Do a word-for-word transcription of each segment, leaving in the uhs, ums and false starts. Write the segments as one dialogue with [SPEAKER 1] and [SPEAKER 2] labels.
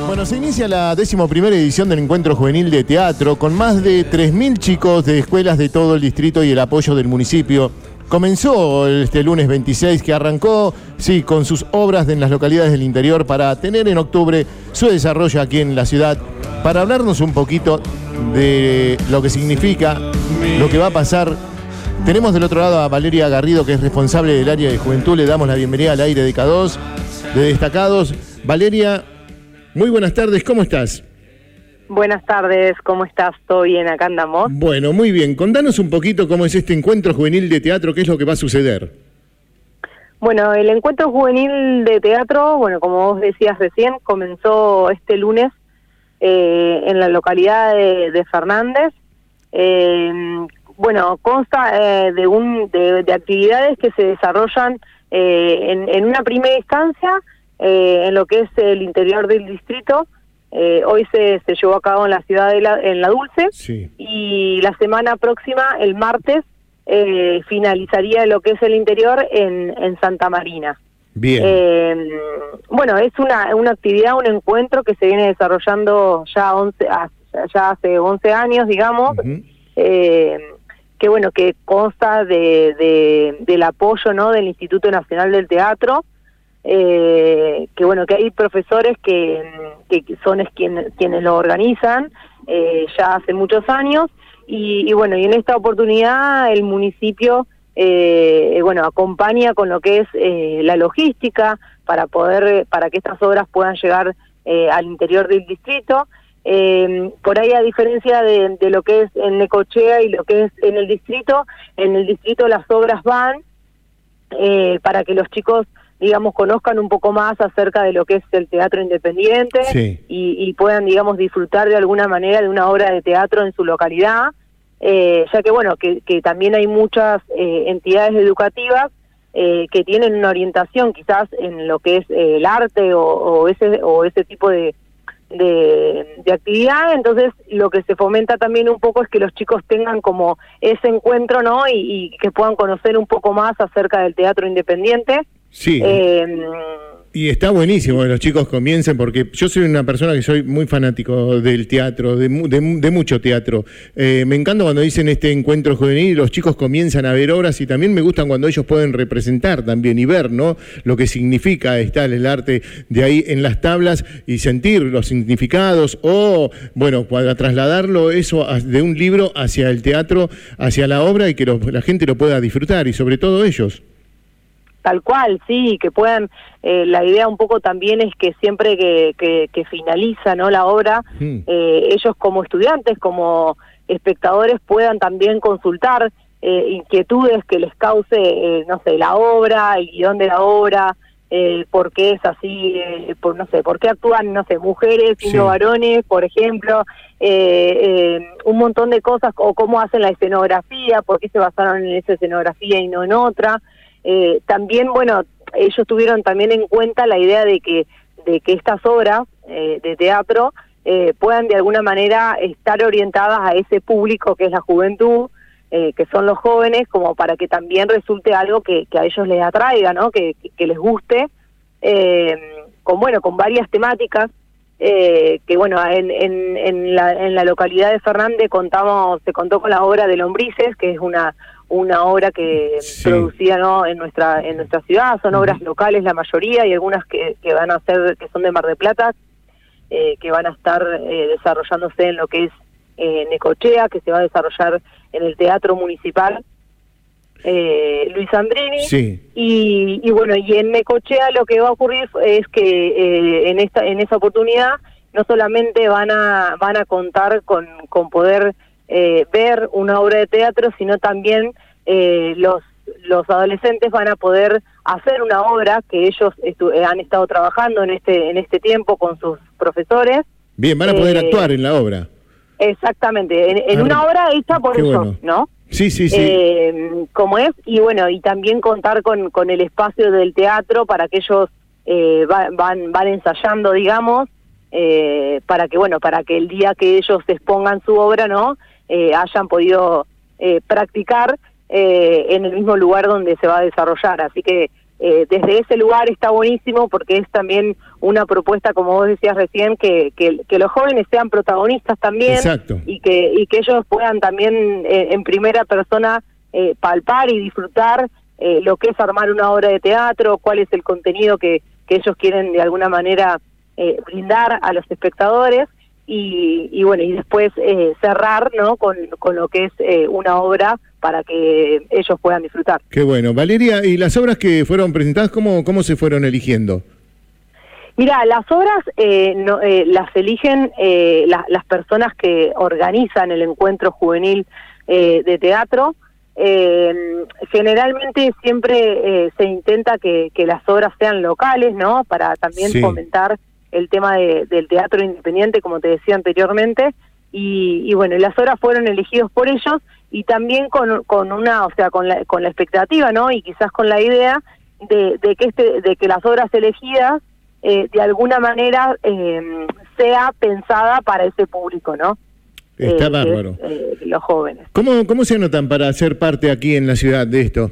[SPEAKER 1] Bueno, se inicia la decimoprimera edición del Encuentro Juvenil de Teatro con más de tres mil chicos de escuelas de todo el distrito y el apoyo del municipio. Comenzó este lunes veintiséis, que arrancó, sí, con sus obras en las localidades del interior para tener en octubre su desarrollo aquí en la ciudad. Para hablarnos un poquito de lo que significa, lo que va a pasar, tenemos del otro lado a Valeria Garrido, que es responsable del área de juventud. Le damos la bienvenida al aire de K dos, de Destacados. Valeria, muy buenas tardes, ¿cómo estás?
[SPEAKER 2] Buenas tardes, ¿cómo estás? ¿Todo bien? Acá andamos.
[SPEAKER 1] Bueno, muy bien. Contanos un poquito cómo es este Encuentro Juvenil de Teatro, qué es lo que va a suceder.
[SPEAKER 2] Bueno, el Encuentro Juvenil de Teatro, bueno, como vos decías recién, comenzó este lunes eh, en la localidad de, de Fernández. Eh, bueno, consta eh, de, un, de, de actividades que se desarrollan eh, en, en una primera instancia eh, en lo que es el interior del distrito. Eh, hoy se, se llevó a cabo en la ciudad de la, en La Dulce, sí. Y la semana próxima, el martes, eh, finalizaría lo que es el interior en, en Santa Marina.
[SPEAKER 1] Bien.
[SPEAKER 2] Eh, bueno, es una, una actividad, un encuentro que se viene desarrollando ya, once, ya hace once años, digamos, uh-huh. eh, que bueno, que consta de, de, del apoyo, ¿no?, del Instituto Nacional del Teatro. Eh, que bueno, que hay profesores que, que son es quien, quienes lo organizan eh, ya hace muchos años y, y bueno, y en esta oportunidad el municipio eh, bueno, acompaña con lo que es eh, la logística para poder, para que estas obras puedan llegar eh, al interior del distrito. Eh, por ahí, a diferencia de, de lo que es en Necochea y lo que es en el distrito, en el distrito las obras van eh, para que los chicos, digamos, conozcan un poco más acerca de lo que es el teatro independiente, sí. y, y puedan, digamos, disfrutar de alguna manera de una obra de teatro en su localidad, eh, ya que, bueno, que, que también hay muchas eh, entidades educativas eh, que tienen una orientación quizás en lo que es eh, el arte o, o ese o ese tipo de, de, de actividad. Entonces, lo que se fomenta también un poco es que los chicos tengan como ese encuentro, ¿no?, y, y que puedan conocer un poco más acerca del teatro independiente.
[SPEAKER 1] Sí, eh, y está buenísimo que los chicos comiencen, porque yo soy una persona que soy muy fanático del teatro, de, de, de mucho teatro. Eh, me encanta cuando dicen este encuentro juvenil y los chicos comienzan a ver obras, y también me gustan cuando ellos pueden representar también y ver, ¿no?, lo que significa estar el arte de ahí en las tablas y sentir los significados, o, bueno, para trasladarlo eso de un libro hacia el teatro, hacia la obra, y que lo, la gente lo pueda disfrutar, y sobre todo ellos.
[SPEAKER 2] Tal cual, sí, que puedan, eh, la idea un poco también es que siempre que, que, que finaliza, ¿no?, la obra, mm. eh, ellos como estudiantes, como espectadores, puedan también consultar eh, inquietudes que les cause, eh, no sé, la obra, el guión de la obra, eh, por qué es así, eh, por, no sé, por qué actúan, no sé, mujeres y sí. no varones, por ejemplo, eh, eh, un montón de cosas, o cómo hacen la escenografía, por qué se basaron en esa escenografía y no en otra. Eh, también, bueno, ellos tuvieron también en cuenta la idea de que de que estas obras eh, de teatro eh, puedan de alguna manera estar orientadas a ese público que es la juventud, eh, que son los jóvenes, como para que también resulte algo que, que a ellos les atraiga, ¿no?, que, que, que les guste, eh, con bueno, con varias temáticas, eh, que bueno, en, en, en, la, en la localidad de Fernández contamos, se contó con la obra de Lombrices, que es una una obra que sí. producida, ¿no?, en nuestra en nuestra ciudad. Son uh-huh. obras locales la mayoría, y algunas que, que van a ser, que son de Mar del Plata, eh, que van a estar eh, desarrollándose en lo que es eh, Necochea, que se va a desarrollar en el Teatro Municipal eh, Luis Andrini, sí. y, y bueno, y en Necochea lo que va a ocurrir es que eh, en esta en esa oportunidad no solamente van a van a contar con, con poder Eh, ver una obra de teatro, sino también eh, los los adolescentes van a poder hacer una obra que ellos estu- han estado trabajando en este en este tiempo con sus profesores.
[SPEAKER 1] Bien, van a poder eh, actuar en la obra.
[SPEAKER 2] Exactamente, en, en una obra hecha por ellos, bueno. ¿no?
[SPEAKER 1] Sí, sí, sí.
[SPEAKER 2] Eh, como es, y bueno, y también contar con, con el espacio del teatro para que ellos eh, va, van van ensayando, digamos, eh, para que, bueno, para que el día que ellos expongan su obra, ¿no?, Eh, hayan podido eh, practicar eh, en el mismo lugar donde se va a desarrollar. Así que eh, desde ese lugar está buenísimo porque es también una propuesta, como vos decías recién, que, que, que los jóvenes sean protagonistas también.
[SPEAKER 1] Exacto.
[SPEAKER 2] y que y que ellos puedan también eh, en primera persona eh, palpar y disfrutar eh, lo que es armar una obra de teatro, cuál es el contenido que, que ellos quieren de alguna manera eh, brindar a los espectadores. Y, y bueno, y después eh, cerrar, ¿no?, con, con lo que es eh, una obra para que ellos puedan disfrutar.
[SPEAKER 1] Qué bueno. Valeria, ¿y las obras que fueron presentadas, cómo, cómo se fueron eligiendo?
[SPEAKER 2] Mira, las obras eh, no, eh, las eligen eh, la, las personas que organizan el encuentro juvenil eh, de teatro. Eh, generalmente siempre eh, se intenta que, que las obras sean locales, ¿no?, para también sí. fomentar el tema de, del teatro independiente, como te decía anteriormente, y, y bueno, las obras fueron elegidos por ellos y también con, con una, o sea, con la, con la expectativa, ¿no?, y quizás con la idea de, de que este, de que las obras elegidas eh, de alguna manera eh, sea pensada para ese público, ¿no?
[SPEAKER 1] Está
[SPEAKER 2] eh,
[SPEAKER 1] bárbaro.
[SPEAKER 2] Es, eh, los jóvenes.
[SPEAKER 1] ¿Cómo, ¿Cómo se anotan para ser parte aquí en la ciudad de esto?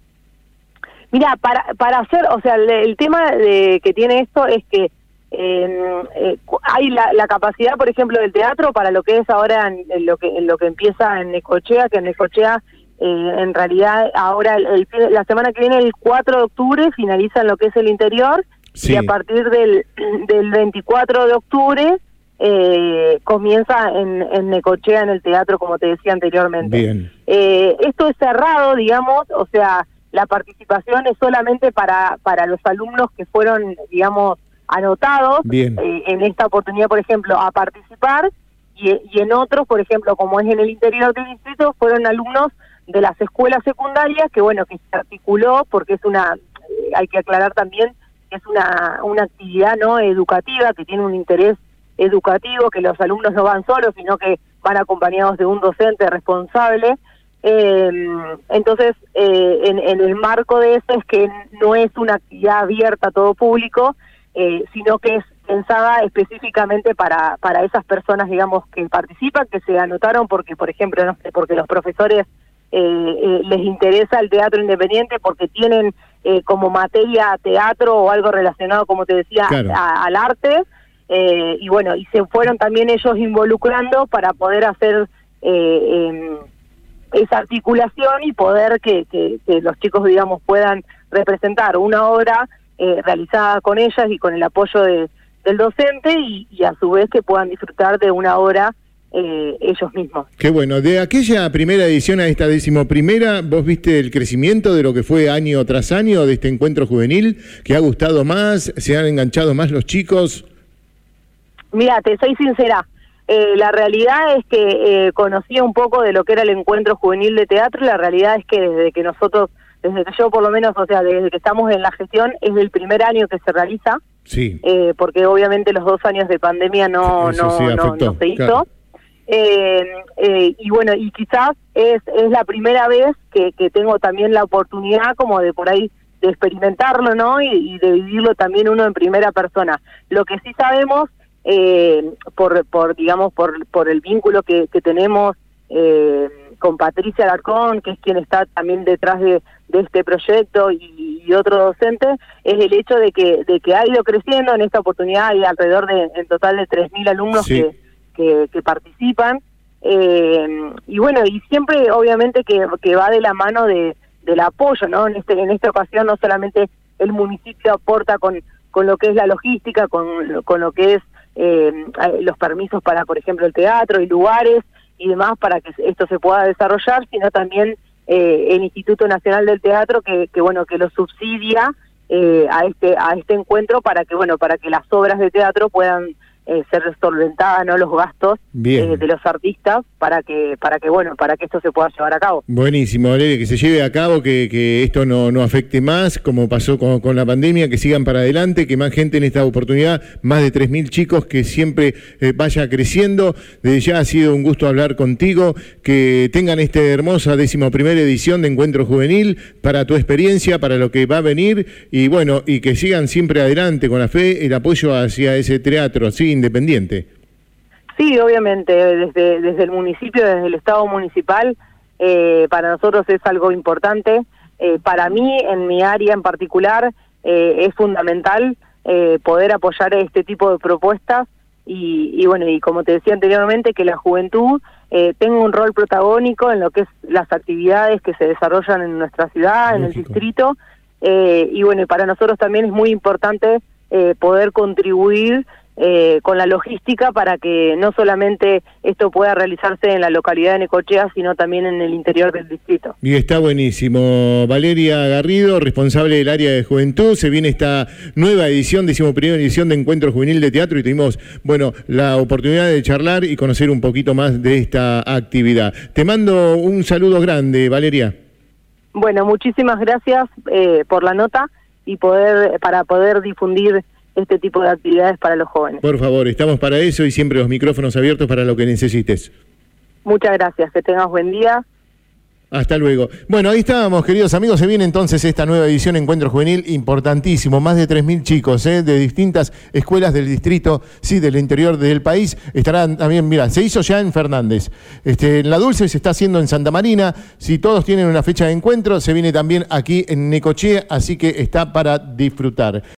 [SPEAKER 2] Mira, para para hacer, o sea, el, el tema de que tiene esto es que Eh, eh, hay la, la capacidad, por ejemplo, del teatro para lo que es ahora en, en lo que en lo que empieza en Necochea, que en Necochea eh, en realidad ahora el, el, la semana que viene, el cuatro de octubre, finaliza en lo que es el interior, sí. Y a partir del, del veinticuatro de octubre eh, comienza en, en Necochea, en el teatro, como te decía anteriormente.
[SPEAKER 1] Bien.
[SPEAKER 2] Eh, esto es cerrado, digamos, o sea, la participación es solamente para, para los alumnos que fueron, digamos, anotados eh, en esta oportunidad, por ejemplo, a participar, y, y en otros, por ejemplo, como es en el interior del distrito, fueron alumnos de las escuelas secundarias, que bueno, que se articuló, porque es una, eh, hay que aclarar también, que es una, una actividad no educativa, que tiene un interés educativo, que los alumnos no van solos, sino que van acompañados de un docente responsable. Eh, entonces, eh, en, en el marco de eso es que no es una actividad abierta a todo público, Eh, sino que es pensada específicamente para para esas personas, digamos, que participan, que se anotaron porque, por ejemplo, no sé, porque los profesores eh, eh, les interesa el teatro independiente, porque tienen eh, como materia teatro o algo relacionado, como te decía, claro. a, al arte, eh, y bueno, y se fueron también ellos involucrando para poder hacer eh, eh, esa articulación y poder que, que, que los chicos, digamos, puedan representar una obra Eh, realizada con ellas y con el apoyo de, del docente y, y a su vez que puedan disfrutar de una obra eh, ellos mismos.
[SPEAKER 1] Qué bueno. De aquella primera edición a esta decimoprimera, ¿vos viste el crecimiento de lo que fue año tras año de este encuentro juvenil? ¿Que ha gustado más? ¿Se han enganchado más los chicos? Mira,
[SPEAKER 2] te soy sincera. Eh, la realidad es que eh, conocía un poco de lo que era el encuentro juvenil de teatro y la realidad es que desde que nosotros desde que yo por lo menos, o sea, desde que estamos en la gestión, es el primer año que se realiza,
[SPEAKER 1] sí.
[SPEAKER 2] eh, porque obviamente los dos años de pandemia no, no, sí no, no se hizo. Claro. Eh, eh, y bueno, y quizás es, es la primera vez que, que tengo también la oportunidad como de por ahí de experimentarlo, ¿no? Y, y de vivirlo también uno en primera persona. Lo que sí sabemos, eh, por, por digamos, por, por el vínculo que, que tenemos eh, con Patricia Alarcón, que es quien está también detrás de, de este proyecto, y, y otro docente, es el hecho de que de que ha ido creciendo. En esta oportunidad hay alrededor de, en total de tres mil alumnos sí. que, que, que participan, eh, y bueno, y siempre obviamente que, que va de la mano de del apoyo, ¿no? En este en esta ocasión no solamente el municipio aporta con, con lo que es la logística, con, con lo que es eh, los permisos para, por ejemplo, el teatro y lugares, y demás para que esto se pueda desarrollar, sino también eh, el Instituto Nacional del Teatro que, que bueno que lo subsidia eh, a este a este encuentro para que bueno para que las obras de teatro puedan eh, ser solventadas, no los gastos eh, de los artistas para que para que bueno para que esto se pueda llevar a cabo.
[SPEAKER 1] Buenísimo, Valeria, que se lleve a cabo, que, que esto no, no afecte más, como pasó con, con la pandemia, que sigan para adelante, que más gente en esta oportunidad, más de tres mil chicos, que siempre eh, vaya creciendo. Desde ya ha sido un gusto hablar contigo, que tengan esta hermosa decimoprimera edición de Encuentro Juvenil, para tu experiencia, para lo que va a venir, y bueno, y que sigan siempre adelante con la fe, el apoyo hacia ese teatro así independiente.
[SPEAKER 2] Sí, obviamente, desde, desde el municipio, desde el Estado municipal, eh, para nosotros es algo importante. eh, para mí, en mi área en particular, eh, es fundamental eh, poder apoyar este tipo de propuestas y, y bueno, y como te decía anteriormente, que la juventud eh, tenga un rol protagónico en lo que es las actividades que se desarrollan en nuestra ciudad, en
[SPEAKER 1] Lógico.
[SPEAKER 2] el distrito, eh, y bueno, y para nosotros también es muy importante eh, poder contribuir Eh, con la logística para que no solamente esto pueda realizarse en la localidad de Necochea, sino también en el interior del distrito.
[SPEAKER 1] Y está buenísimo. Valeria Garrido, responsable del área de juventud. Se viene esta nueva edición, decimoprimera edición de Encuentro Juvenil de Teatro y tuvimos, bueno, la oportunidad de charlar y conocer un poquito más de esta actividad. Te mando un saludo grande, Valeria.
[SPEAKER 2] Bueno, muchísimas gracias eh, por la nota y poder para poder difundir este tipo de actividades para los jóvenes.
[SPEAKER 1] Por favor, estamos para eso y siempre los micrófonos abiertos para lo que necesites.
[SPEAKER 2] Muchas gracias, que tengas buen día.
[SPEAKER 1] Hasta luego. Bueno, ahí estábamos, queridos amigos. Se viene entonces esta nueva edición Encuentro Juvenil, importantísimo. Más de tres mil chicos ¿eh? de distintas escuelas del distrito, sí, del interior del país. Estarán también, mira, se hizo ya en Fernández. Este, en La Dulce se está haciendo en Santa Marina. Si todos tienen una fecha de encuentro, se viene también aquí en Necochea, así que está para disfrutar.